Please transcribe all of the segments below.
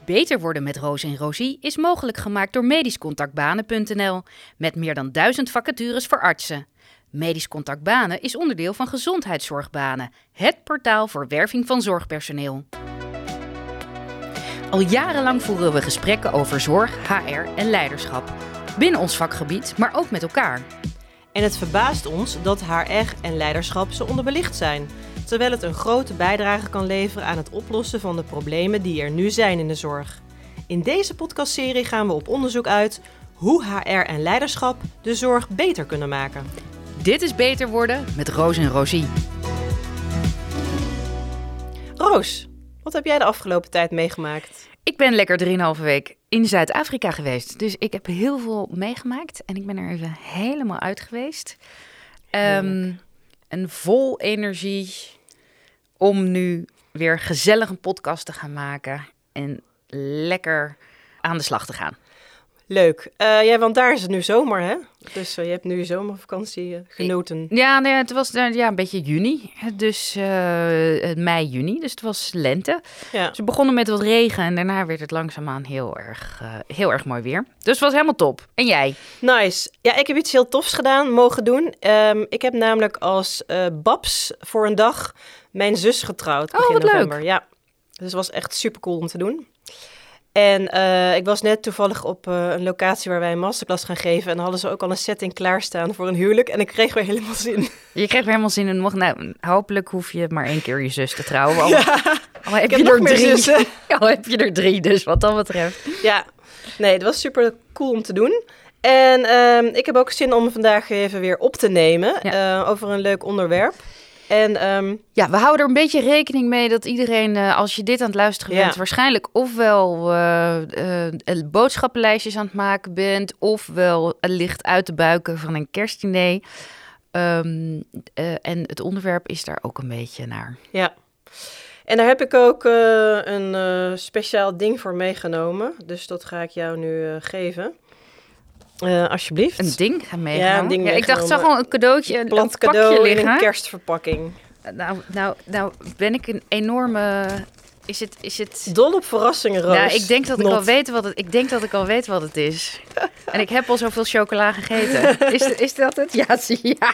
Beter worden met Roos en Rosie is mogelijk gemaakt door medischcontactbanen.nl met meer dan 1000 vacatures voor artsen. Medisch Contact Banen is onderdeel van Gezondheidszorgbanen, het portaal voor werving van zorgpersoneel. Al jarenlang voeren we gesprekken over zorg, HR en leiderschap. Binnen ons vakgebied, maar ook met elkaar. En het verbaast ons dat HR en leiderschap zo onderbelicht zijn, terwijl het een grote bijdrage kan leveren aan het oplossen van de problemen die er nu zijn in de zorg. In deze podcastserie gaan we op onderzoek uit hoe HR en leiderschap de zorg beter kunnen maken. Dit is Beter worden met Roos en Rosie. Roos, wat heb jij de afgelopen tijd meegemaakt? Ik ben lekker 3,5 week in Zuid-Afrika geweest. Dus ik heb heel veel meegemaakt en ik ben er even helemaal uit geweest. En vol energie om nu weer gezellig een podcast te gaan maken en lekker aan de slag te gaan. Leuk. Ja, want daar is het nu zomer, hè? Dus je hebt nu je zomervakantie genoten. Ja, nee, het was een beetje juni. Dus mei, juni. Dus het was lente. Ja. Dus we begonnen met wat regen en daarna werd het langzaamaan heel erg mooi weer. Dus het was helemaal top. En jij? Nice. Ja, ik heb iets heel tofs mogen doen. Ik heb namelijk als babs voor een dag mijn zus getrouwd begin november. Leuk. Ja, dus het was echt super cool om te doen. En ik was net toevallig op een locatie waar wij een masterclass gaan geven. En dan hadden ze ook al een setting klaarstaan voor een huwelijk. En ik kreeg weer helemaal zin. Je kreeg weer helemaal zin in. Nou, hopelijk hoef je maar 1 keer je zus te trouwen. Al heb ik je heb er nog meer 3. zussen. Al heb je er 3, dus wat dat betreft. Ja, nee, het was super cool om te doen. En ik heb ook zin om vandaag even weer op te nemen over een leuk onderwerp. En ja, we houden er een beetje rekening mee dat iedereen, als je dit aan het luisteren bent, waarschijnlijk ofwel boodschappenlijstjes aan het maken bent, ofwel licht uit de buiken van een kerstdiner. En het onderwerp is daar ook een beetje naar. Ja, en daar heb ik ook een speciaal ding voor meegenomen. Dus dat ga ik jou nu geven. Alsjeblieft. Een ding gaan meegenomen? Ja, een ding meegenomen. Ik dacht, zag al een cadeautje, een plat pakje cadeau liggen. in een kerstverpakking. Nou ben ik een enorme... Is het... Dol op verrassingen, Roos. Nou, ik denk dat ik al weet wat het is. En ik heb al zoveel chocola gegeten. Is dat het? Ja, zie ja.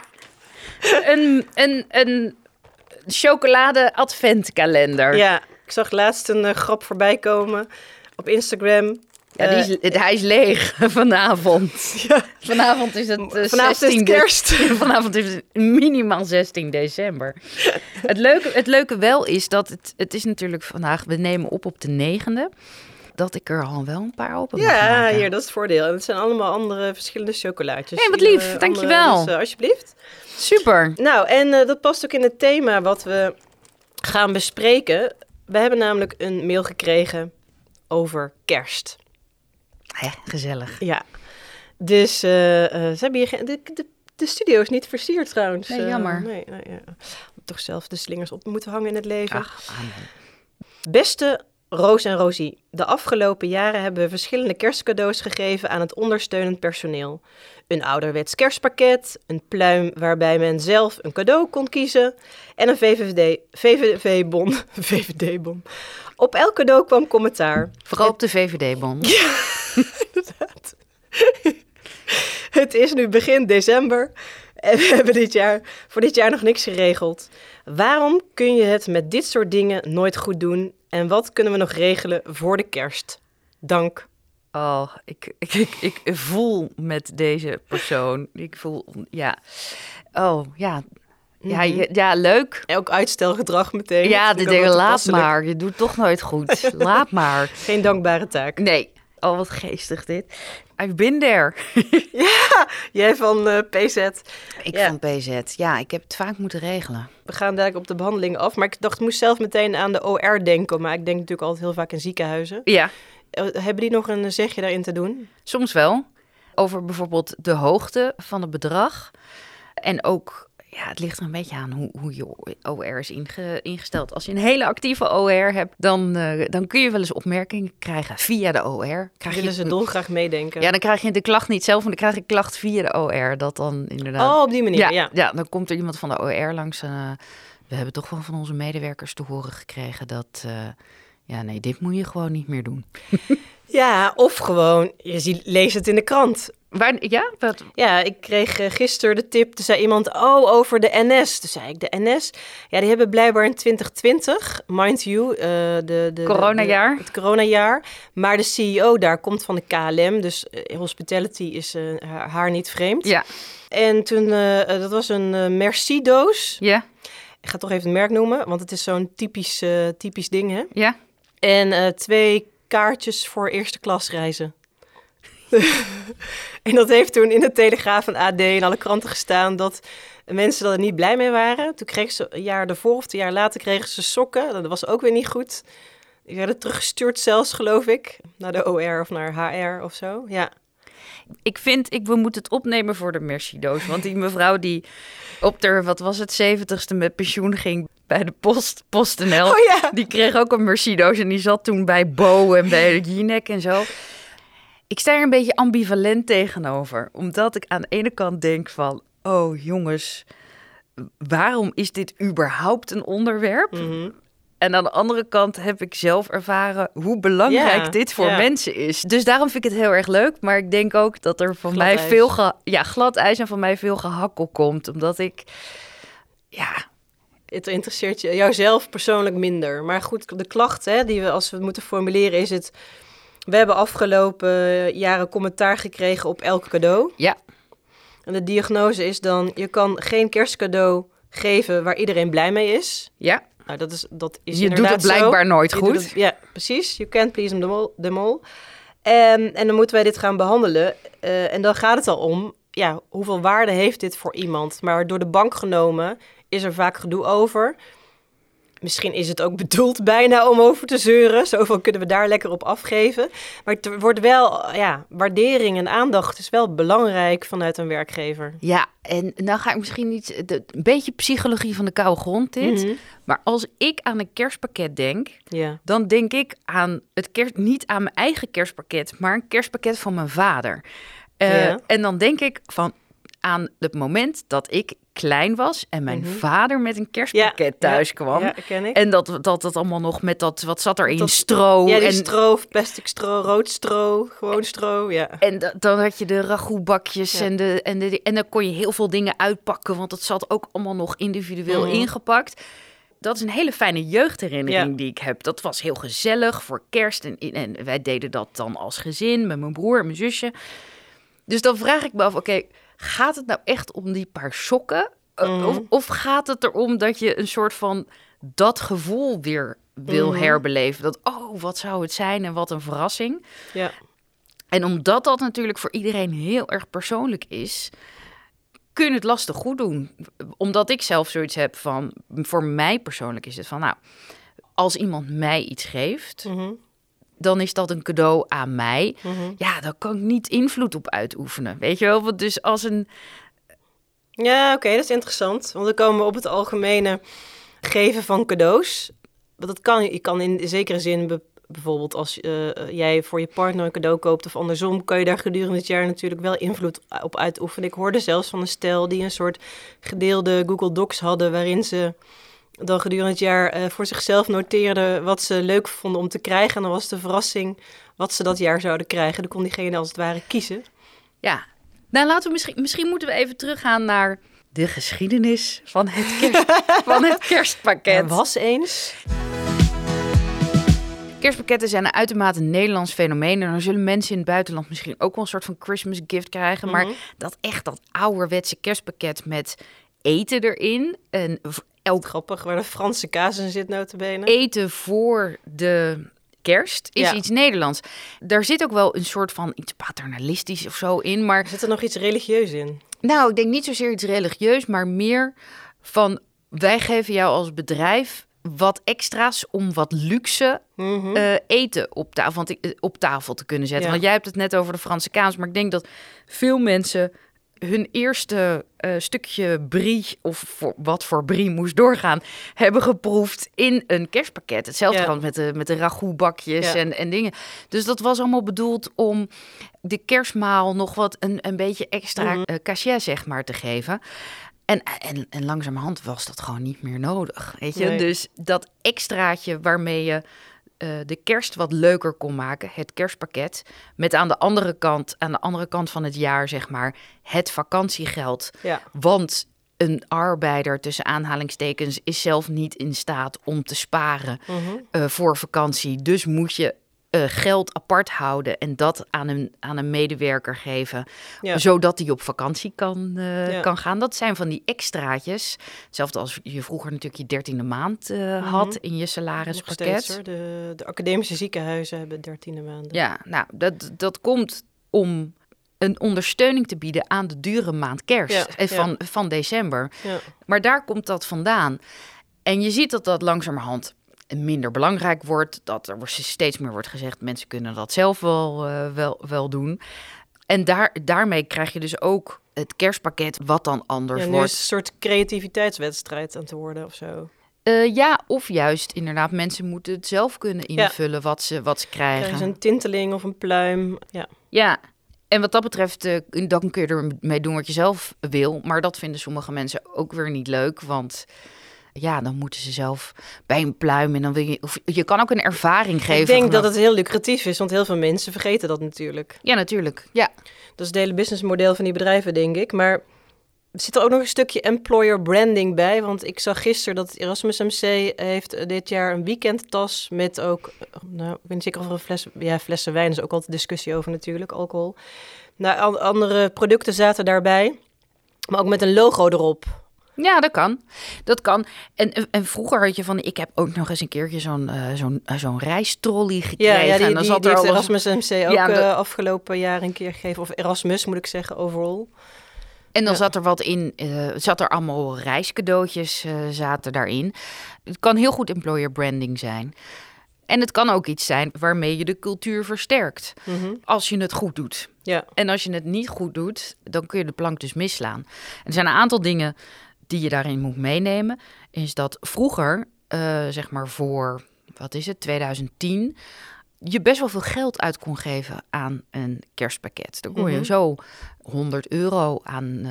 Een chocolade adventkalender. Ja, ik zag laatst een grap voorbij komen op Instagram. Ja, hij is leeg vanavond. Ja. Vanavond is het vanavond 16 is het kerst. Vanavond is het minimaal 16 december. Het leuke wel is dat het is natuurlijk vandaag, we nemen op de 9e, dat ik er al wel een paar open mag maken. Ja, hier, dat is het voordeel. En het zijn allemaal andere verschillende chocolaatjes. Hé, wat lief, dankjewel. Dus alsjeblieft. Super. Nou, en dat past ook in het thema wat we gaan bespreken. We hebben namelijk een mail gekregen over kerst. Ja, gezellig. Ja, dus ze hebben hier de studio is niet versierd trouwens. Nee, jammer. Nee, ja. Toch zelf de slingers op moeten hangen in het leven. Ach, amen. Beste Roos en Rosie, de afgelopen jaren hebben we verschillende kerstcadeaus gegeven aan het ondersteunend personeel. Een ouderwets kerstpakket, een pluim waarbij men zelf een cadeau kon kiezen en een VVD-bon. VVD-bon. Op elk cadeau kwam commentaar. Vooral op de VVD-bon. Ja, inderdaad. Het is nu begin december en we hebben voor dit jaar nog niks geregeld. Waarom kun je het met dit soort dingen nooit goed doen? En wat kunnen we nog regelen voor de kerst? Dank. Oh, ik voel met deze persoon. Ik voel, ja. Oh, ja. Ja, leuk. Ook uitstelgedrag meteen. Ja, laat maar. Je doet toch nooit goed. Laat maar. Geen dankbare taak. Nee. Oh, wat geestig dit. I've been there. Ja, jij van PZ. Ik van PZ. Ja, ik heb het vaak moeten regelen. We gaan dadelijk op de behandeling af. Maar ik dacht, ik moest zelf meteen aan de OR denken. Maar ik denk natuurlijk altijd heel vaak in ziekenhuizen. Ja. Hebben die nog een zegje daarin te doen? Soms wel. Over bijvoorbeeld de hoogte van het bedrag. En ook... Ja, het ligt er een beetje aan hoe je OR is ingesteld. Als je een hele actieve OR hebt, dan kun je wel eens opmerkingen krijgen via de OR. Willen ze dolgraag meedenken? Ja, dan krijg je de klacht niet zelf, maar dan krijg je klacht via de OR. Dat dan inderdaad... Oh, op die manier, ja. Ja, dan komt er iemand van de OR langs. We hebben toch wel van onze medewerkers te horen gekregen dat... ja, nee, dit moet je gewoon niet meer doen. Ja, of gewoon, lees het in de krant. Ja? Wat? Ja, ik kreeg gisteren de tip. Toen zei iemand, over de NS. Toen zei ik, de NS? Ja, die hebben blijkbaar in 2020, mind you, coronajaar. Het coronajaar. Maar de CEO daar komt van de KLM. Dus hospitality is haar niet vreemd. Ja. En toen, dat was een Merci-doos. Ja. Ik ga toch even het merk noemen, want het is zo'n typisch ding, hè? Ja. En 2 kaartjes voor eerste klas reizen. En dat heeft toen in de Telegraaf en AD en alle kranten gestaan dat mensen er niet blij mee waren. Toen kregen ze een jaar ervoor of 2 jaar later kregen ze sokken. Dat was ook weer niet goed. Die werden teruggestuurd zelfs, geloof ik, naar de OR of naar HR of zo. Ja. Ik vind, we moeten het opnemen voor de Merci-doos. Want die mevrouw die op de, wat was het, 70ste met pensioen ging bij de PostNL. Oh ja. Die kreeg ook een Merci-doos en die zat toen bij Bo en bij Jinek en zo. Ik sta er een beetje ambivalent tegenover. Omdat ik aan de ene kant denk van, oh jongens, waarom is dit überhaupt een onderwerp? Mm-hmm. En aan de andere kant heb ik zelf ervaren hoe belangrijk dit voor mensen is. Dus daarom vind ik het heel erg leuk. Maar ik denk ook dat er van mij veel glad ijs en van mij veel gehakkel komt. Omdat ik, Het interesseert jouzelf persoonlijk minder. Maar goed, de klacht die we, als we het moeten formuleren, is het... We hebben afgelopen jaren commentaar gekregen op elk cadeau. Ja. En de diagnose is dan, je kan geen kerstcadeau geven waar iedereen blij mee is. Ja. Nou, dat is je doet het blijkbaar zo. nooit goed. Ja, precies. You can't please them all. En dan moeten wij dit gaan behandelen. En dan gaat het al om, hoeveel waarde heeft dit voor iemand? Maar door de bank genomen is er vaak gedoe over. Misschien is het ook bedoeld bijna om over te zeuren. Zoveel kunnen we daar lekker op afgeven. Maar het wordt wel, waardering en aandacht is wel belangrijk vanuit een werkgever. Ja, en nou ga ik misschien niet... Een beetje psychologie van de koude grond dit. Mm-hmm. Maar als ik aan een kerstpakket denk... dan denk ik aan niet aan mijn eigen kerstpakket... maar een kerstpakket van mijn vader. En dan denk ik aan het moment dat ik klein was en mijn vader met een kerstpakket thuis kwam. Ja, ken ik. En dat allemaal nog met dat, wat zat er in, stro. Ja, die stro, plastic stro, rood stro, gewoon stro, ja. En dan had je de ragoutbakjes en dan kon je heel veel dingen uitpakken, want het zat ook allemaal nog individueel ingepakt. Dat is een hele fijne jeugdherinnering die ik heb. Dat was heel gezellig voor kerst en wij deden dat dan als gezin met mijn broer en mijn zusje. Dus dan vraag ik me af, oké, gaat het nou echt om die paar sokken? Of gaat het erom dat je een soort van dat gevoel weer wil herbeleven? Dat, wat zou het zijn en wat een verrassing. Ja. En omdat dat natuurlijk voor iedereen heel erg persoonlijk is, kun je het lastig goed doen. Omdat ik zelf zoiets heb van, voor mij persoonlijk is het van, nou, als iemand mij iets geeft... dan is dat een cadeau aan mij. Ja, daar kan ik niet invloed op uitoefenen. Weet je wel? Dus als een... Ja, oké, dat is interessant. Want dan komen we op het algemene geven van cadeaus. Want dat kan, je kan in zekere zin, bijvoorbeeld als jij voor je partner een cadeau koopt of andersom, kan je daar gedurende het jaar natuurlijk wel invloed op uitoefenen. Ik hoorde zelfs van een stel die een soort gedeelde Google Docs hadden, waarin ze dan gedurende het jaar voor zichzelf noteerden wat ze leuk vonden om te krijgen. En dan was de verrassing wat ze dat jaar zouden krijgen. Dan kon diegene als het ware kiezen. Ja, nou laten we misschien moeten we even teruggaan naar de geschiedenis van het kerstpakket. Er was eens. Kerstpakketten zijn een uitermate Nederlands fenomeen. En dan zullen mensen in het buitenland misschien ook wel een soort van Christmas gift krijgen. Maar dat ouderwetse kerstpakket met eten erin en grappig, waar de Franse kaas in zit, nota bene. Eten voor de kerst is iets Nederlands. Daar zit ook wel een soort van iets paternalistisch of zo in, maar... Zit er nog iets religieus in? Nou, ik denk niet zozeer iets religieus, maar meer van, wij geven jou als bedrijf wat extra's om wat luxe eten op tafel te kunnen zetten. Want jij hebt het net over de Franse kaas, maar ik denk dat veel mensen hun eerste stukje brie, of wat voor brie moest doorgaan, hebben geproefd in een kerstpakket. Hetzelfde gewoon met de ragoutbakjes en dingen. Dus dat was allemaal bedoeld om de kerstmaal nog wat een beetje extra cachet, zeg maar, te geven. En langzamerhand was dat gewoon niet meer nodig, weet je? Nee. Dus dat extraatje waarmee je de kerst wat leuker kon maken, het kerstpakket. Met aan de andere kant van het jaar, zeg maar, het vakantiegeld. Ja. Want een arbeider, tussen aanhalingstekens, is zelf niet in staat om te sparen voor vakantie. Dus moet je geld apart houden en dat aan een medewerker geven, zodat hij op vakantie kan gaan. Dat zijn van die extraatjes. Hetzelfde als je vroeger natuurlijk je 13e maand had in je salarispakket. Nog steeds, hoor. De academische ziekenhuizen hebben 13e maanden. Ja, nou, dat komt om een ondersteuning te bieden aan de dure maand kerst van december. Ja. Maar daar komt dat vandaan. En je ziet dat langzamerhand minder belangrijk wordt. Dat er steeds meer wordt gezegd, mensen kunnen dat zelf wel doen. En daarmee krijg je dus ook het kerstpakket wat dan anders wordt. Is een soort creativiteitswedstrijd aan te worden of zo. Of juist inderdaad, mensen moeten het zelf kunnen invullen wat ze krijgen. Krijgen ze een tinteling of een pluim. Ja. En wat dat betreft, dan kun je ermee doen wat je zelf wil. Maar dat vinden sommige mensen ook weer niet leuk, want dan moeten ze zelf bij een pluim en dan wil je... Of je kan ook een ervaring geven. Ik denk dat het heel lucratief is, want heel veel mensen vergeten dat natuurlijk. Ja, natuurlijk. Ja. Dat is het hele businessmodel van die bedrijven, denk ik. Maar er zit er ook nog een stukje employer branding bij. Want ik zag gisteren dat het Erasmus MC heeft dit jaar een weekendtas met ook... Nou, ik weet niet zeker of er een fles... Ja, flessen wijn is ook altijd discussie over natuurlijk, alcohol. Nou, andere producten zaten daarbij, maar ook met een logo erop. Ja, dat kan. En vroeger had je ik heb ook nog eens een keertje zo'n reistrolly gekregen. Ja, en dan die zat heeft er Erasmus MC ook afgelopen jaar een keer gegeven. Of Erasmus, moet ik zeggen, overal. En dan zat er wat in, zat er allemaal reiscadeautjes zaten daarin. Het kan heel goed employer branding zijn. En het kan ook iets zijn waarmee je de cultuur versterkt. Als je het goed doet. Ja. En als je het niet goed doet, dan kun je de plank dus misslaan. En er zijn een aantal dingen die je daarin moet meenemen. Is dat vroeger, zeg maar voor, 2010... je best wel veel geld uit kon geven aan een kerstpakket. Daar kon je zo €100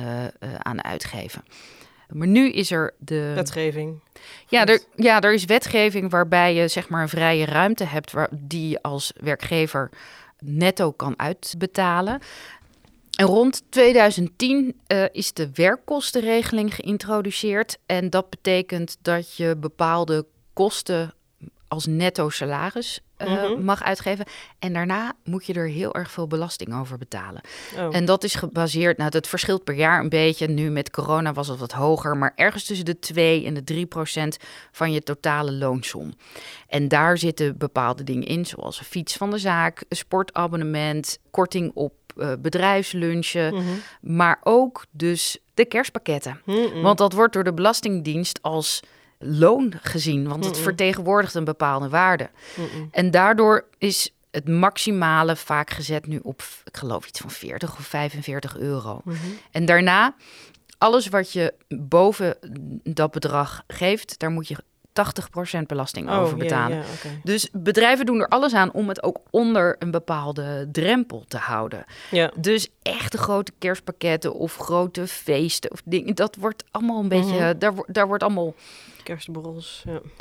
aan uitgeven. Maar nu is er de... Wetgeving. Ja, er is wetgeving waarbij je zeg maar een vrije ruimte hebt die je als werkgever netto kan uitbetalen. En rond 2010 is de werkkostenregeling geïntroduceerd. En dat betekent dat je bepaalde kosten als netto salaris mag uitgeven. En daarna moet je er heel erg veel belasting over betalen. Oh. En dat is gebaseerd, dat verschilt per jaar een beetje. Nu met corona was het wat hoger, maar ergens tussen de 2 en de 3% van je totale loonsom. En daar zitten bepaalde dingen in, zoals een fiets van de zaak, een sportabonnement, korting op bedrijfslunchen, maar ook dus de kerstpakketten. Want dat wordt door de Belastingdienst als loon gezien, want het vertegenwoordigt een bepaalde waarde. En daardoor is het maximale vaak gezet nu op, ik geloof iets van €40 of €45. En daarna, alles wat je boven dat bedrag geeft, daar moet je 80% belasting over betalen. Okay. Dus bedrijven doen er alles aan om het ook onder een bepaalde drempel te houden. Ja. Dus echte grote kerstpakketten of grote feesten of dingen, dat wordt allemaal een beetje, daar wordt allemaal... Kerstborrels,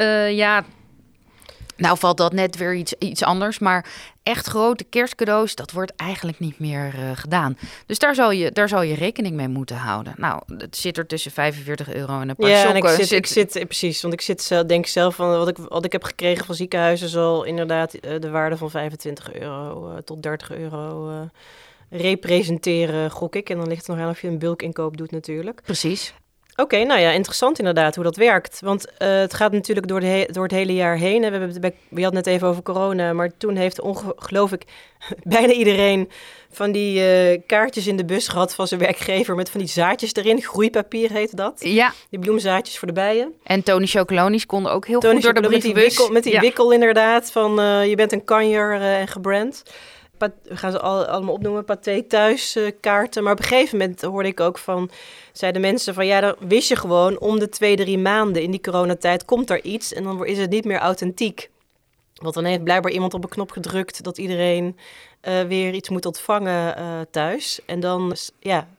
nou valt dat net weer iets anders, maar echt grote kerstcadeaus, dat wordt eigenlijk niet meer gedaan. Dus daar zal je rekening mee moeten houden. Nou, het zit er tussen €45 en een paar sokken. Ja, ik zit precies, want ik denk zelf van wat ik heb gekregen van ziekenhuizen zal inderdaad de waarde van €25 tot €30 representeren, gok ik. En dan ligt het nog aan of je een bulkinkoop doet natuurlijk. Precies. Oké, nou ja, interessant inderdaad hoe dat werkt. Want het gaat natuurlijk door het hele jaar heen. We hadden het even over corona, maar toen heeft geloof ik bijna iedereen van die kaartjes in de bus gehad van zijn werkgever met van die zaadjes erin. Groeipapier heet dat. Ja. Die bloemzaadjes voor de bijen. En Tony Chocolonies konden ook heel goed door de brievenbus. Met die wikkel inderdaad van je bent een kanjer en gebrand. We gaan ze allemaal opnoemen, Pathé thuis, kaarten. Maar op een gegeven moment hoorde ik ook zeiden mensen van dan wist je gewoon om de 2-3 maanden in die coronatijd komt er iets en dan is het niet meer authentiek. Want dan heeft blijkbaar iemand op een knop gedrukt dat iedereen weer iets moet ontvangen thuis. En dan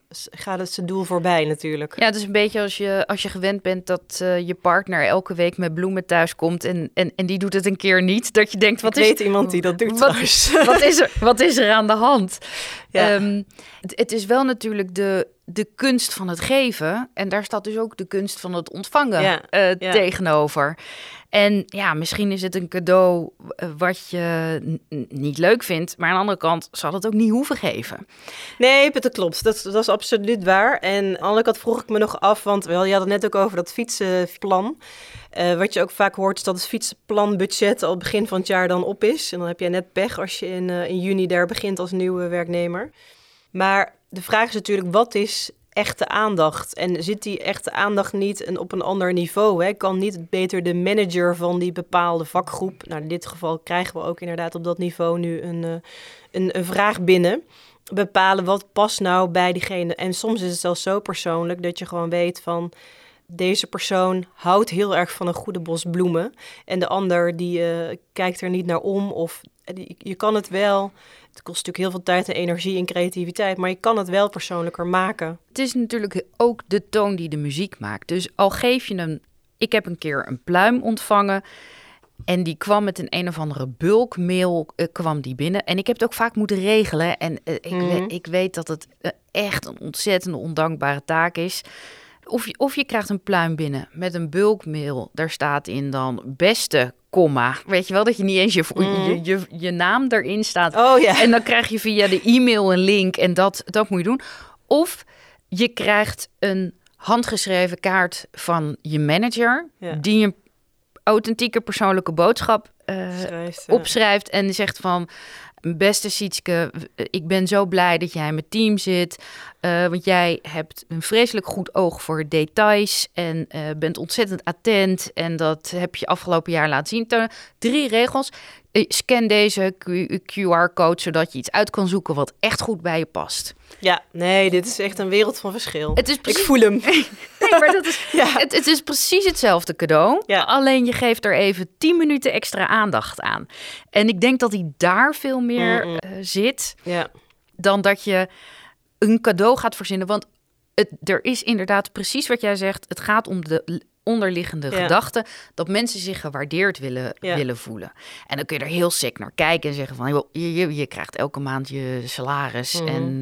gaat het zijn doel voorbij natuurlijk. Ja, het is een beetje als je gewend bent dat je partner elke week met bloemen thuis komt en die doet het een keer niet. Dat je denkt, Ik weet iemand die dat doet trouwens. Wat is er aan de hand? Ja. Het is wel natuurlijk de kunst van het geven. En daar staat dus ook de kunst van het ontvangen tegenover. En ja, misschien is het een cadeau wat je niet leuk vindt. Maar aan de andere kant zal het ook niet hoeven geven. Nee, dat klopt. Dat is absoluut waar. En aan de andere kant vroeg ik me nog af, want je had het net ook over dat fietsenplan. Wat je ook vaak hoort is dat het fietsenplanbudget al begin van het jaar dan op is. En dan heb je net pech als je in juni daar begint als nieuwe werknemer. Maar de vraag is natuurlijk, wat is echte aandacht? En zit die echte aandacht niet op een ander niveau? Hè? Kan niet beter de manager van die bepaalde vakgroep... Nou, in dit geval krijgen we ook inderdaad op dat niveau nu een vraag binnen... bepalen wat past nou bij diegene. En soms is het zelfs zo persoonlijk dat je gewoon weet van... deze persoon houdt heel erg van een goede bos bloemen. En de ander die kijkt er niet naar om. Of je kan het wel... Het kost natuurlijk heel veel tijd en energie en creativiteit... maar je kan het wel persoonlijker maken. Het is natuurlijk ook de toon die de muziek maakt. Dus al geef je hem... Ik heb een keer een pluim ontvangen... en die kwam met een of andere bulkmail kwam die binnen. En ik heb het ook vaak moeten regelen. En ik weet dat het echt een ontzettende ondankbare taak is... Of je krijgt een pluim binnen met een bulkmail. Daar staat in dan beste, komma. Weet je wel, dat je niet eens je naam erin staat. Oh, ja. En dan krijg je via de e-mail een link en dat moet je doen. Of je krijgt een handgeschreven kaart van je manager... die een authentieke persoonlijke boodschap opschrijft en zegt van... Beste Sietske, ik ben zo blij dat jij in mijn team zit. Want jij hebt een vreselijk goed oog voor details en bent ontzettend attent. En dat heb je afgelopen jaar laten zien. 3 regels. Scan deze QR-code, zodat je iets uit kan zoeken wat echt goed bij je past. Ja, nee, dit is echt een wereld van verschil. Ik voel hem. Nee, maar dat is, het is precies hetzelfde cadeau. Ja. Alleen je geeft er even 10 minuten extra aandacht aan. En ik denk dat hij daar veel meer zit... dan dat je een cadeau gaat verzinnen. Want er is inderdaad precies wat jij zegt. Het gaat om de onderliggende gedachte... dat mensen zich gewaardeerd willen voelen. En dan kun je er heel sick naar kijken en zeggen van... Joh, je krijgt elke maand je salaris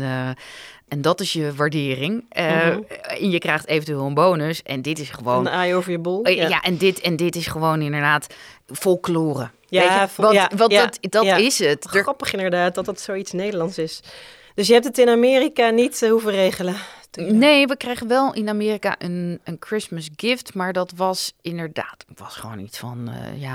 en dat is je waardering. En je krijgt eventueel een bonus. En dit is gewoon... Een aai over je bol. Ja, en dit is gewoon inderdaad folklore. Ja, dat is het. Grappig inderdaad dat zoiets Nederlands is. Dus je hebt het in Amerika niet hoeven regelen? Nee, we kregen wel in Amerika een Christmas gift. Maar dat was inderdaad... was gewoon iets van...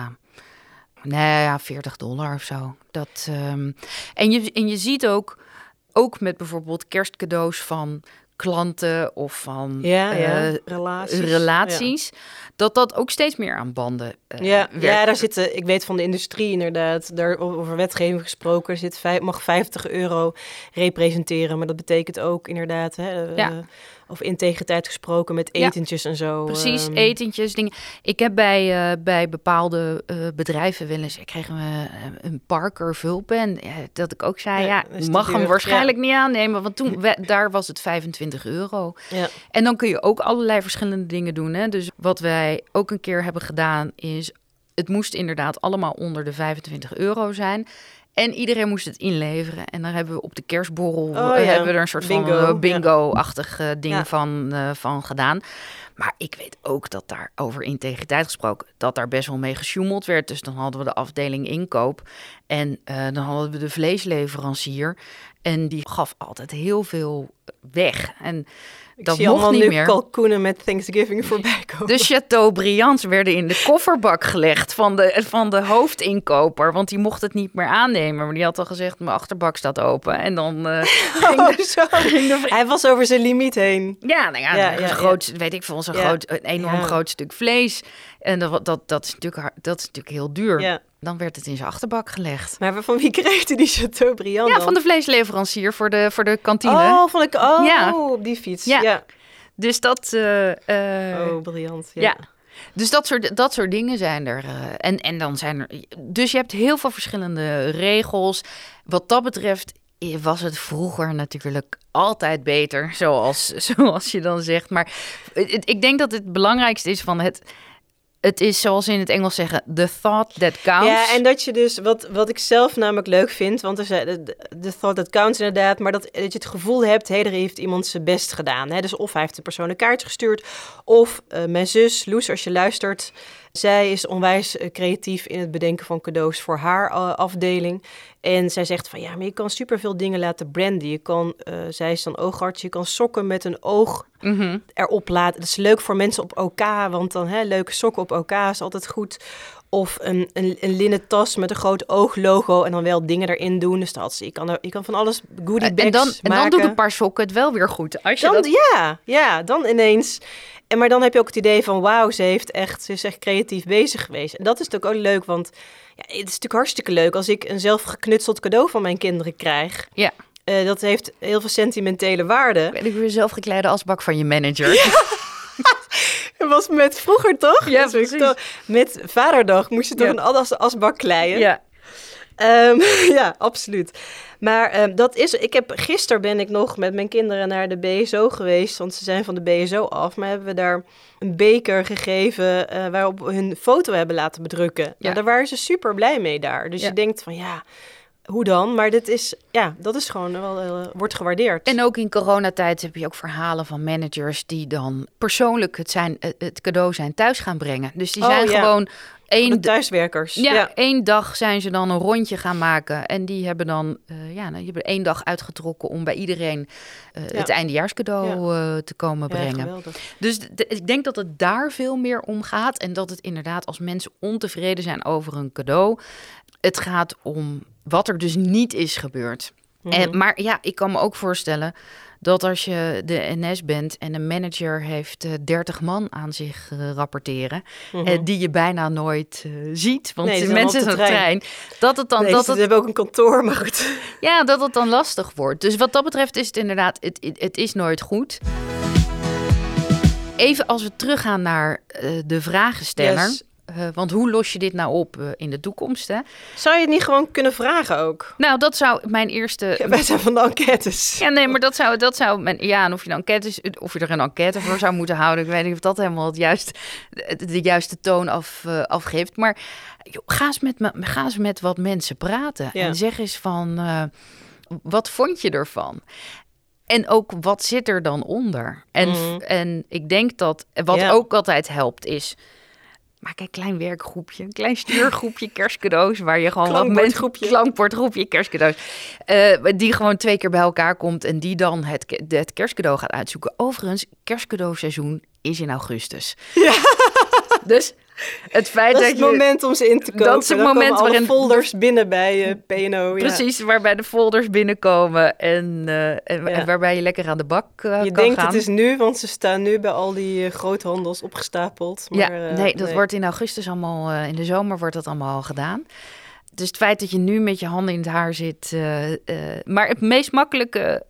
$40 of zo. En je ziet ook met bijvoorbeeld kerstcadeaus van klanten of van relaties, dat ook steeds meer aan banden werkt. Ja, daar zitten, ik weet van de industrie inderdaad, daar over wetgeving gesproken, mag €50 representeren, maar dat betekent ook inderdaad, over integriteit gesproken met etentjes en zo. Precies, etentjes, dingen. Ik heb bij bepaalde bedrijven wel eens, ik kreeg een Parker vulpen, dat ik ook zei, mag hem waarschijnlijk niet aannemen, want toen daar was het €25. Ja. En dan kun je ook allerlei verschillende dingen doen. Hè? Dus wat wij ook een keer hebben gedaan is, het moest inderdaad allemaal onder de €25 zijn. En iedereen moest het inleveren. En dan hebben we op de kerstborrel hebben we er een soort van bingo-achtig ding van gedaan. Maar ik weet ook dat daar over integriteit gesproken, dat daar best wel mee gesjoemeld werd. Dus dan hadden we de afdeling inkoop. En dan hadden we de vleesleverancier. En die gaf altijd heel veel weg. En dat mocht niet meer. Kalkoenen met Thanksgiving voorbij komen. De Chateaubriands werden in de kofferbak gelegd van de hoofdinkoper. Want die mocht het niet meer aannemen. Maar die had al gezegd, mijn achterbak staat open. En dan Hij was over zijn limiet heen. Ja, weet ik veel, een enorm groot stuk vlees. En dat is natuurlijk heel duur. Ja. Dan werd het in zijn achterbak gelegd. Maar van wie kreeg hij die Chateaubriand dan? Ja, van de vleesleverancier voor de kantine. Op die fiets. Ja. Dus dat... briljant. Ja. Dus dat soort dingen zijn er. En dan zijn er... Dus je hebt heel veel verschillende regels. Wat dat betreft was het vroeger natuurlijk altijd beter, zoals je dan zegt. Maar ik denk dat het belangrijkste is van het is zoals ze in het Engels zeggen, the thought that counts. Ja, en dat je dus, wat ik zelf namelijk leuk vind, want er zijn de thought that counts inderdaad, maar dat je het gevoel hebt, er heeft iemand zijn best gedaan. Hè? Dus of hij heeft een persoon een kaartje gestuurd, of mijn zus, Loes, als je luistert, zij is onwijs creatief in het bedenken van cadeaus voor haar afdeling. En zij zegt van, ja, maar je kan superveel dingen laten branden. Je kan, zij is dan oogarts, je kan sokken met een oog erop laten. Dat is leuk voor mensen op OK, want dan leuke sokken op OK is altijd goed. Of een linnen tas met een groot ooglogo en dan wel dingen erin doen. Dus je kan van alles goodie bags maken. En dan doet een paar sokken het wel weer goed. Als je dan ineens. Maar dan heb je ook het idee van, wauw, ze is echt creatief bezig geweest. En dat is natuurlijk ook leuk, want het is natuurlijk hartstikke leuk als ik een zelf geknutseld cadeau van mijn kinderen krijg. Ja. Dat heeft heel veel sentimentele waarde. Ik weer zelf gekleide asbak van je manager. Ja. Het was met vroeger, toch? Ja, precies. Met Vaderdag moest je toch een asbak kleien? Ja. Ja, absoluut. Maar gisteren ben ik nog met mijn kinderen naar de BSO geweest, want ze zijn van de BSO af. Maar hebben we daar een beker gegeven waarop we hun foto hebben laten bedrukken. Ja. Nou, daar waren ze super blij mee daar. Dus je denkt van hoe dan? Maar dat is gewoon wel wordt gewaardeerd. En ook in coronatijd heb je ook verhalen van managers die dan persoonlijk het cadeau zijn thuis gaan brengen. Dus die zijn gewoon de thuiswerkers. Ja, 1 dag zijn ze dan een rondje gaan maken. En die hebben dan die hebben 1 dag uitgetrokken om bij iedereen het eindejaarscadeau te komen brengen. Geweldig. Dus ik denk dat het daar veel meer om gaat. En dat het inderdaad, als mensen ontevreden zijn over een cadeau, het gaat om wat er dus niet is gebeurd. Maar ik kan me ook voorstellen dat als je de NS bent en een manager heeft 30 man aan zich rapporteren, die je bijna nooit ziet, want de mensen zijn op de trein, dat het dan... ze hebben ook een kantoor, maar goed. Ja, dat het dan lastig wordt. Dus wat dat betreft is het inderdaad, het is nooit goed. Even als we teruggaan naar de vragensteller. Yes. Want hoe los je dit nou op in de toekomst? Hè? Zou je het niet gewoon kunnen vragen ook? Nou, dat zou mijn eerste... Ja, wij zijn van de enquêtes. Ja, nee, maar dat zou mijn... Ja, en of je er een enquête voor zou moeten houden, ik weet niet of dat helemaal de juiste toon afgeeft. Maar ga eens met wat mensen praten. Ja. En zeg eens van, wat vond je ervan? En ook, wat zit er dan onder? En ik denk dat, wat ook altijd helpt is, maak een klein werkgroepje, een klein stuurgroepje kerstcadeaus, waar je gewoon klankbordgroepje kerstcadeaus, die gewoon 2 keer bij elkaar komt en die dan het kerstcadeau gaat uitzoeken. Overigens, kerstcadeauseizoen is in augustus. Ja. Dus het feit dat is het moment om ze in te kopen. Dat is het moment waarin folders binnen bij P&O. Precies, waarbij de folders binnenkomen en waarbij je lekker aan de bak kan gaan. Je denkt het is nu, want ze staan nu bij al die groothandels opgestapeld. Maar, dat wordt in augustus in de zomer wordt dat allemaal gedaan. Dus het feit dat je nu met je handen in het haar zit. Maar het meest makkelijke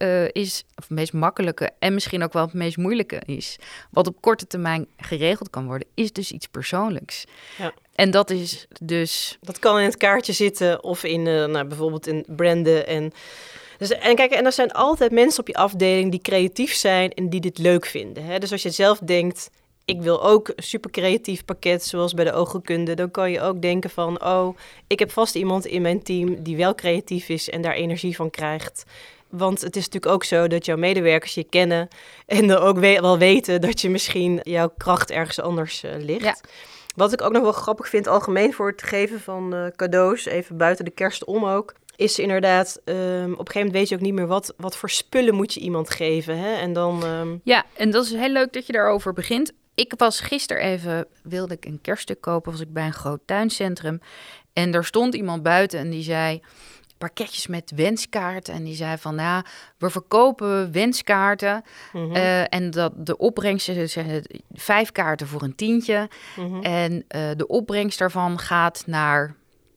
en misschien ook wel het meest moeilijke is, wat op korte termijn geregeld kan worden, is dus iets persoonlijks. Ja. En dat is dus... Dat kan in het kaartje zitten of in bijvoorbeeld in branden. En kijk, en er zijn altijd mensen op je afdeling die creatief zijn en die dit leuk vinden. Hè? Dus als je zelf denkt, ik wil ook een super creatief pakket, zoals bij de oogheelkunde, dan kan je ook denken van, ik heb vast iemand in mijn team die wel creatief is en daar energie van krijgt. Want het is natuurlijk ook zo dat jouw medewerkers je kennen en dan ook wel weten dat je misschien jouw kracht ergens anders ligt. Ja. Wat ik ook nog wel grappig vind, algemeen voor het geven van cadeaus, even buiten de kerst om ook, is inderdaad, op een gegeven moment weet je ook niet meer wat voor spullen moet je iemand geven. Hè? En dan, Ja, en dat is heel leuk dat je daarover begint. Ik was gisteren wilde ik een kerststuk kopen, was ik bij een groot tuincentrum. En er stond iemand buiten en die zei, pakketjes met wenskaarten. En die zei van, we verkopen wenskaarten. En dat de opbrengst, 5 kaarten voor een tientje. En de opbrengst daarvan gaat naar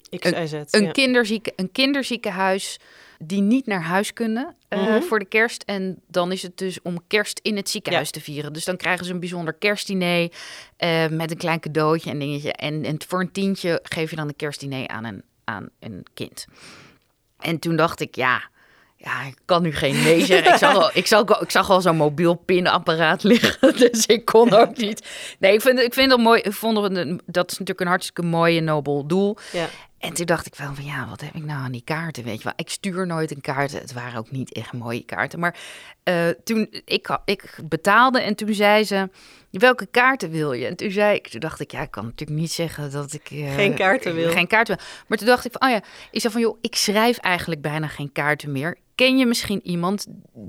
een kinderziekenhuis die niet naar huis kunnen voor de kerst. En dan is het dus om kerst in het ziekenhuis te vieren. Dus dan krijgen ze een bijzonder kerstdiner met een klein cadeautje en dingetje. En voor een tientje geef je dan een kerstdiner aan een kind. En toen dacht ik, Ja, ik kan nu geen nee zeggen. Ik zag al zo'n mobiel pinapparaat liggen, dus ik kon ook niet. Nee, ik vind dat mooi. Dat is natuurlijk een hartstikke mooi en nobel doel. Ja. En toen dacht ik wel van, ja, wat heb ik nou aan die kaarten, weet je wel. Ik stuur nooit een kaart. Het waren ook niet echt mooie kaarten. Maar toen ik betaalde en toen zei ze, welke kaarten wil je? En toen dacht ik, ja, ik kan natuurlijk niet zeggen dat ik... geen kaarten wil. Geen kaarten wil. Maar toen dacht ik van, ik zei van, joh, ik schrijf eigenlijk bijna geen kaarten meer. Ken je misschien iemand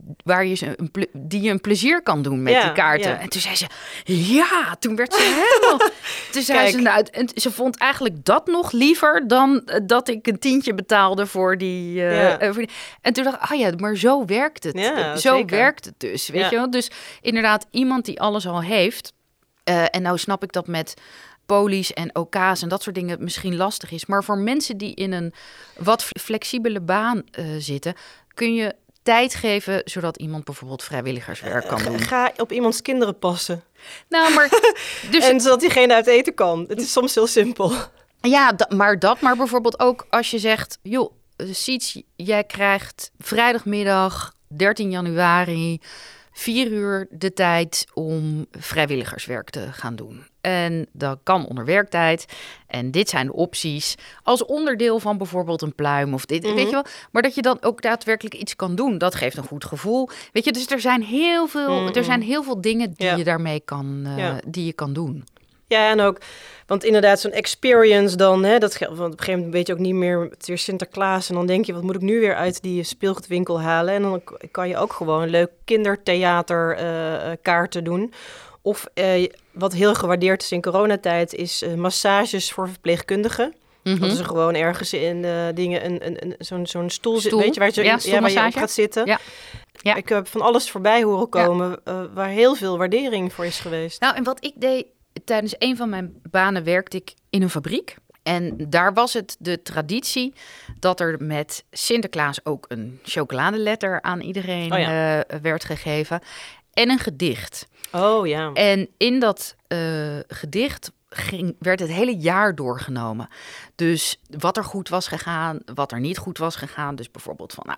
die je een plezier kan doen met die kaarten? Ja. En toen zei ze, ja, toen werd ze helemaal... Toen zei ze, nou, en ze vond eigenlijk dat nog liever dan dat ik een tientje betaalde voor die... En toen dacht ik, maar zo werkt het. Ja, zo zeker. werkt het dus, weet je wel? Dus inderdaad, iemand die alles al heeft. En nou snap ik dat met polies en OK's en dat soort dingen misschien lastig is. Maar voor mensen die in een wat flexibele baan zitten, kun je tijd geven zodat iemand bijvoorbeeld vrijwilligerswerk kan doen. Ga op iemands kinderen passen. Nou, maar dus en zodat diegene uit eten kan. Het is soms heel simpel. Ja, maar bijvoorbeeld ook als je zegt, joh, Siets, jij krijgt vrijdagmiddag 13 januari 4 uur de tijd om vrijwilligerswerk te gaan doen. En dat kan onder werktijd. En dit zijn de opties. Als onderdeel van bijvoorbeeld een pluim of dit, weet je wel. Maar dat je dan ook daadwerkelijk iets kan doen. Dat geeft een goed gevoel. Weet je, dus er zijn heel veel dingen die je daarmee die je kan doen. Ja, en ook, want inderdaad zo'n experience dan, hè, want op een gegeven moment weet je ook niet meer, het is weer Sinterklaas en dan denk je, wat moet ik nu weer uit die speelgoedwinkel halen? En dan kan je ook gewoon leuk kindertheater kaarten doen. Of wat heel gewaardeerd is in coronatijd, is massages voor verpleegkundigen. Mm-hmm. Dat is er gewoon ergens in dingen, zo'n stoel zit, weet je, waar je op gaat zitten. Ja. Ja. Ik heb van alles voorbij horen komen, waar heel veel waardering voor is geweest. Nou, en wat ik deed, tijdens een van mijn banen werkte ik in een fabriek. En daar was het de traditie dat er met Sinterklaas ook een chocoladeletter aan iedereen werd gegeven. En een gedicht. Oh ja. En in dat gedicht werd het hele jaar doorgenomen. Dus wat er goed was gegaan, wat er niet goed was gegaan. Dus bijvoorbeeld van,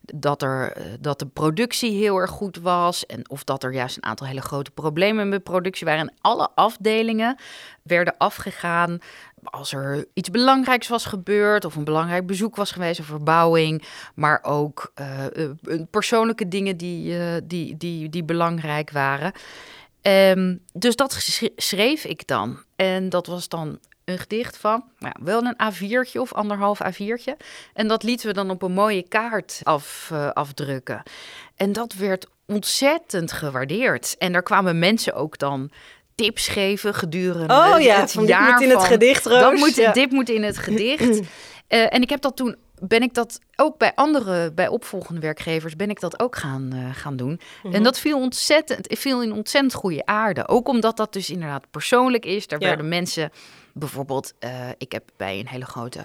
dat de productie heel erg goed was. En of dat er juist een aantal hele grote problemen met productie waren. En alle afdelingen werden afgegaan als er iets belangrijks was gebeurd, of een belangrijk bezoek was geweest, of verbouwing, maar ook persoonlijke dingen die belangrijk waren. Dus dat schreef ik dan. En dat was dan een gedicht van wel een A4'tje of 1,5 A4'tje. En dat lieten we dan op een mooie kaart afdrukken. En dat werd ontzettend gewaardeerd. En daar kwamen mensen ook dan tips geven gedurende het jaar. Dit moet in het gedicht, Roos. Dit moet in het gedicht. En ik heb dat toen, ben ik dat ook bij opvolgende werkgevers, ben ik dat ook gaan doen. Mm-hmm. En dat viel in ontzettend goede aarde. Ook omdat dat dus inderdaad persoonlijk is. Daar werden mensen, bijvoorbeeld, ik heb bij een hele grote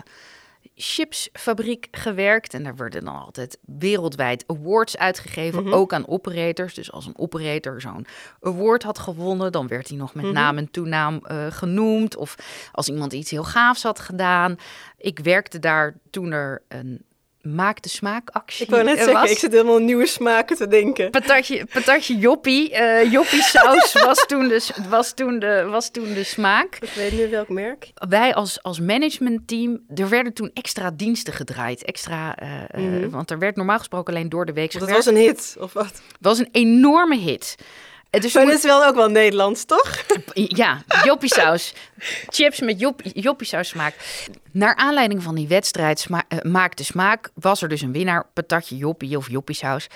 chipsfabriek gewerkt. En daar werden dan altijd wereldwijd awards uitgegeven, ook aan operators. Dus als een operator zo'n award had gewonnen, dan werd hij nog met naam en toenaam genoemd. Of als iemand iets heel gaafs had gedaan. Ik werkte daar toen er een Maak de Smaak-actie. Ik wou net zeggen, ik zit helemaal nieuwe smaken te denken. Patatje Joppie. Joppie saus was toen de smaak. Ik weet nu welk merk. Wij als managementteam, er werden toen extra diensten gedraaid. Want er werd normaal gesproken alleen door de week gewerkt. Dat was een hit, of wat? Het was een enorme hit. Dus maar dit is wel ook wel Nederlands, toch? Ja, joppiesaus. Chips met joppiesaus smaak. Naar aanleiding van die wedstrijd Maak de Smaak was er dus een winnaar, patatje joppie of joppiesaus.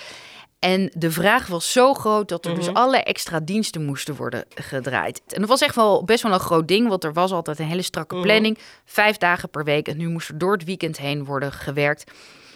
En de vraag was zo groot dat er dus allerlei extra diensten moesten worden gedraaid. En dat was echt best wel een groot ding, want er was altijd een hele strakke planning. 5 dagen per week en nu moest er door het weekend heen worden gewerkt.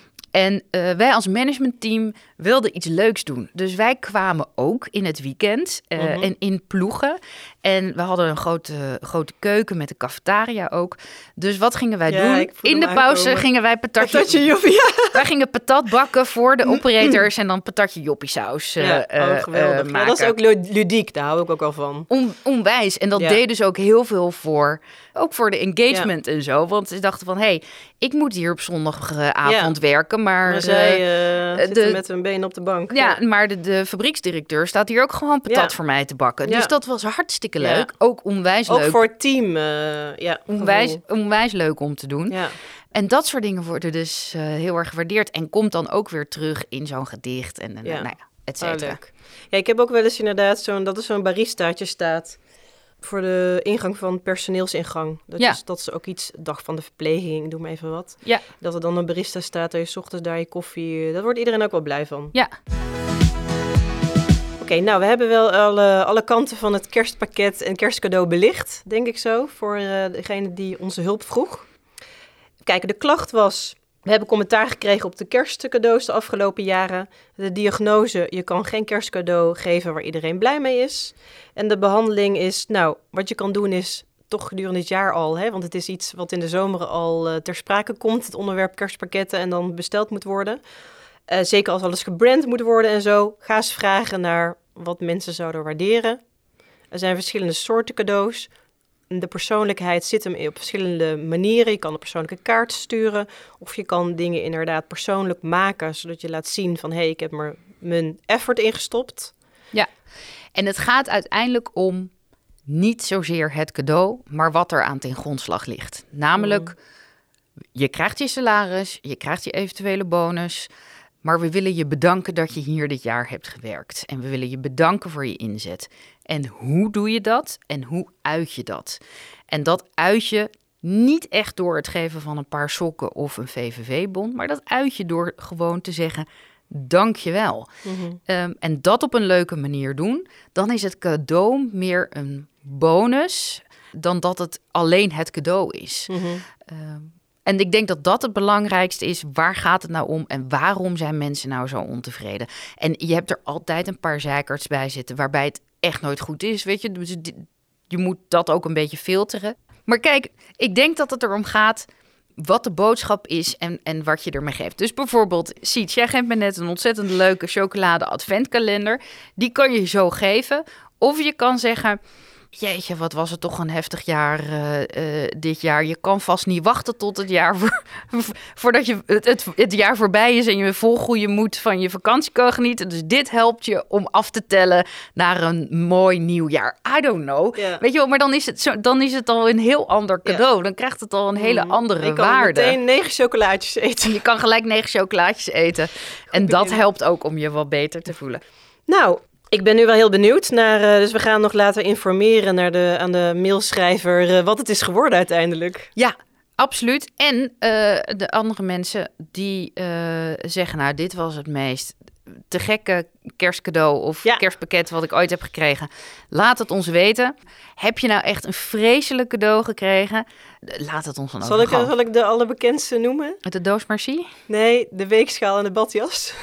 En wij als managementteam wilden iets leuks doen. Dus wij kwamen ook in het weekend en in ploegen. En we hadden een grote keuken met een cafetaria ook. Dus wat gingen wij doen? In de pauze gingen wij patatje joppie. Ja. Wij gingen patat bakken voor de operators en dan patatje joppie saus maken. Ja, dat is ook ludiek, daar hou ik ook al van. Onwijs. En dat deed dus ook heel veel ook voor de engagement en zo. Want ze dachten van, ik moet hier op zondagavond werken. werken, maar zij zitten met hun benen op de bank. Ja, maar de fabrieksdirecteur staat hier ook gewoon patat voor mij te bakken. Dus dat was hartstikke leuk. Ook onwijs leuk. Ook voor het team. Onwijs leuk om te doen. Ja. En dat soort dingen worden dus heel erg gewaardeerd. En komt dan ook weer terug in zo'n gedicht. En nou ja, et cetera. Leuk. Ja, ik heb ook wel eens inderdaad dat er zo'n baristaatje staat voor de ingang van personeelsingang. Dat is ook iets, dag van de verpleging, doe maar even wat. Ja. Dat er dan een barista staat, dat je 's ochtends daar je koffie... Daar wordt iedereen ook wel blij van. Ja. Oké, nou, we hebben wel alle kanten van het kerstpakket en kerstcadeau belicht, denk ik zo, voor degene die onze hulp vroeg. Kijk, de klacht was... We hebben commentaar gekregen op de kerstcadeaus de afgelopen jaren. De diagnose, je kan geen kerstcadeau geven waar iedereen blij mee is. En de behandeling is, nou, wat je kan doen is toch gedurende het jaar al, want het is iets wat in de zomer al ter sprake komt, het onderwerp kerstpakketten en dan besteld moet worden. Zeker als alles gebrand moet worden en zo. Ga eens vragen naar wat mensen zouden waarderen. Er zijn verschillende soorten cadeaus. De persoonlijkheid zit hem op verschillende manieren. Je kan een persoonlijke kaart sturen. Of je kan dingen inderdaad persoonlijk maken. Zodat je laat zien van, ik heb er mijn effort in gestopt. Ja, en het gaat uiteindelijk om niet zozeer het cadeau, maar wat er aan ten grondslag ligt. Namelijk, je krijgt je salaris, je krijgt je eventuele bonus. Maar we willen je bedanken dat je hier dit jaar hebt gewerkt. En we willen je bedanken voor je inzet. En hoe doe je dat? En hoe uit je dat? En dat uit je niet echt door het geven van een paar sokken of een VVV-bon. Maar dat uit je door gewoon te zeggen, dank je wel. Mm-hmm. En dat op een leuke manier doen. Dan is het cadeau meer een bonus dan dat het alleen het cadeau is. Mm-hmm. En ik denk dat dat het belangrijkste is. Waar gaat het nou om en waarom zijn mensen nou zo ontevreden? En je hebt er altijd een paar zeikerts bij zitten waarbij het echt nooit goed is, weet je. Dus je moet dat ook een beetje filteren. Maar kijk, ik denk dat het erom gaat wat de boodschap is en wat je ermee geeft. Dus bijvoorbeeld, Siets, jij geeft me net een ontzettend leuke chocolade adventkalender. Die kan je zo geven. Of je kan zeggen, jeetje, wat was het toch een heftig jaar dit jaar. Je kan vast niet wachten tot het jaar voordat het jaar voorbij is en je vol goede moed van je vakantie kan genieten. Dus dit helpt je om af te tellen naar een mooi nieuw jaar. I don't know. Yeah. Weet je wel, maar dan is het al een heel ander cadeau. Yeah. Dan krijgt het al een hele andere waarde. Je kan meteen 9 chocolaatjes eten. Je kan gelijk 9 chocolaatjes eten. En dat helpt ook om je wat beter te voelen. Nou, ik ben nu wel heel benieuwd naar, dus we gaan nog later informeren aan de mailschrijver wat het is geworden uiteindelijk. Ja, absoluut. En de andere mensen die zeggen, nou, dit was het meest te gekke kerstcadeau of kerstpakket wat ik ooit heb gekregen. Laat het ons weten. Heb je nou echt een vreselijk cadeau gekregen? Laat het ons dan ook Zal ik de allerbekendste noemen? De doos Merci? Nee, de weegschaal en de badjas.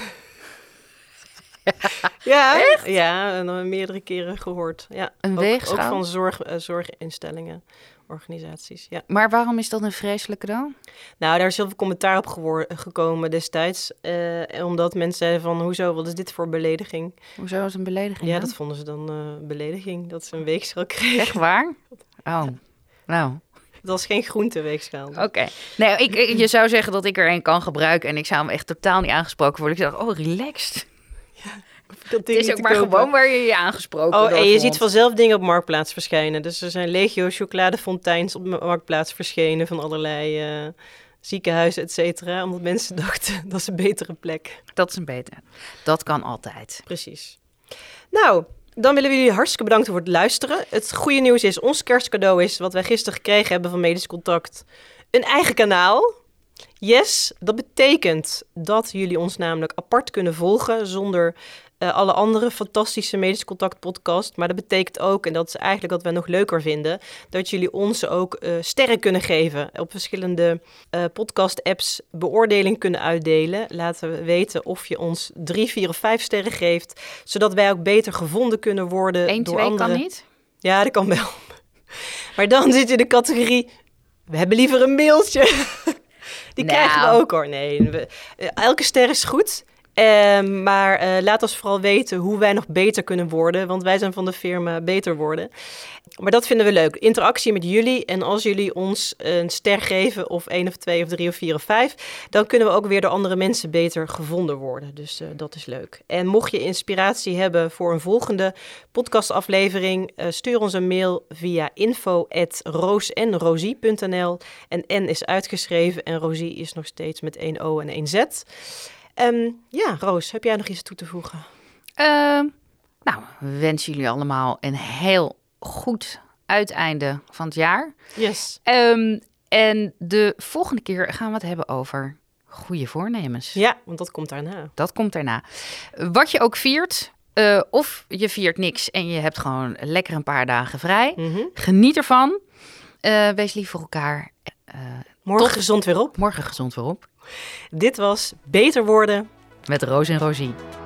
Ja, echt? Ja, en meerdere keren gehoord. Ja, een weegschaal? Ook van zorginstellingen, organisaties. Ja. Maar waarom is dat een vreselijk cadeau? Nou, daar is heel veel commentaar op gekomen destijds. Omdat mensen zeiden van, hoezo, wat is dit voor belediging? Hoezo is het een belediging? Ja, dat vonden ze dan belediging, dat ze een weegschaal kregen. Echt waar? Oh, nou. Het was geen groenteweegschaal. Oké. Nee, je zou zeggen dat ik er een kan gebruiken en ik zou hem echt totaal niet aangesproken worden. Ik dacht, relaxed. Ja, het is ook maar gewoon waar je aangesproken wordt. En je ziet vanzelf dingen op Marktplaats verschijnen. Dus er zijn legio chocoladefonteins op Marktplaats verschenen van allerlei ziekenhuizen, et cetera. Omdat mensen dachten, dat is een betere plek. Dat is een betere. Dat kan altijd. Precies. Nou, dan willen we jullie hartstikke bedanken voor het luisteren. Het goede nieuws is, ons kerstcadeau is, wat wij gisteren gekregen hebben van Medisch Contact, een eigen kanaal. Yes, dat betekent dat jullie ons namelijk apart kunnen volgen zonder alle andere fantastische Medisch Contact podcast. Maar dat betekent ook, en dat is eigenlijk wat wij nog leuker vinden, dat jullie ons ook sterren kunnen geven. Op verschillende podcast apps beoordeling kunnen uitdelen. Laten we weten of je ons 3, 4 of 5 sterren geeft, zodat wij ook beter gevonden kunnen worden 1, door 2 anderen. Kan niet? Ja, dat kan wel. Maar dan zit je in de categorie, we hebben liever een mailtje. Die krijgen we ook hoor. Nee, elke ster is goed. Maar laat ons vooral weten hoe wij nog beter kunnen worden. Want wij zijn van de firma Beter Worden. Maar dat vinden we leuk. Interactie met jullie. En als jullie ons een ster geven, of 1 of 2 of 3 of 4 of 5... dan kunnen we ook weer door andere mensen beter gevonden worden. Dus dat is leuk. En mocht je inspiratie hebben voor een volgende podcastaflevering... stuur ons een mail via info@roosenrosie.nl. En N is uitgeschreven en Rosie is nog steeds met 1 O en 1 Z. Roos, heb jij nog iets toe te voegen? We wensen jullie allemaal een heel goed uiteinde van het jaar. Yes. En de volgende keer gaan we het hebben over goede voornemens. Ja, want dat komt daarna. Dat komt daarna. Wat je ook viert, of je viert niks en je hebt gewoon lekker een paar dagen vrij. Mm-hmm. Geniet ervan. Wees lief voor elkaar. Morgen gezond weer op. Morgen gezond weer op. Dit was Beter Worden Met Roos en Rosie.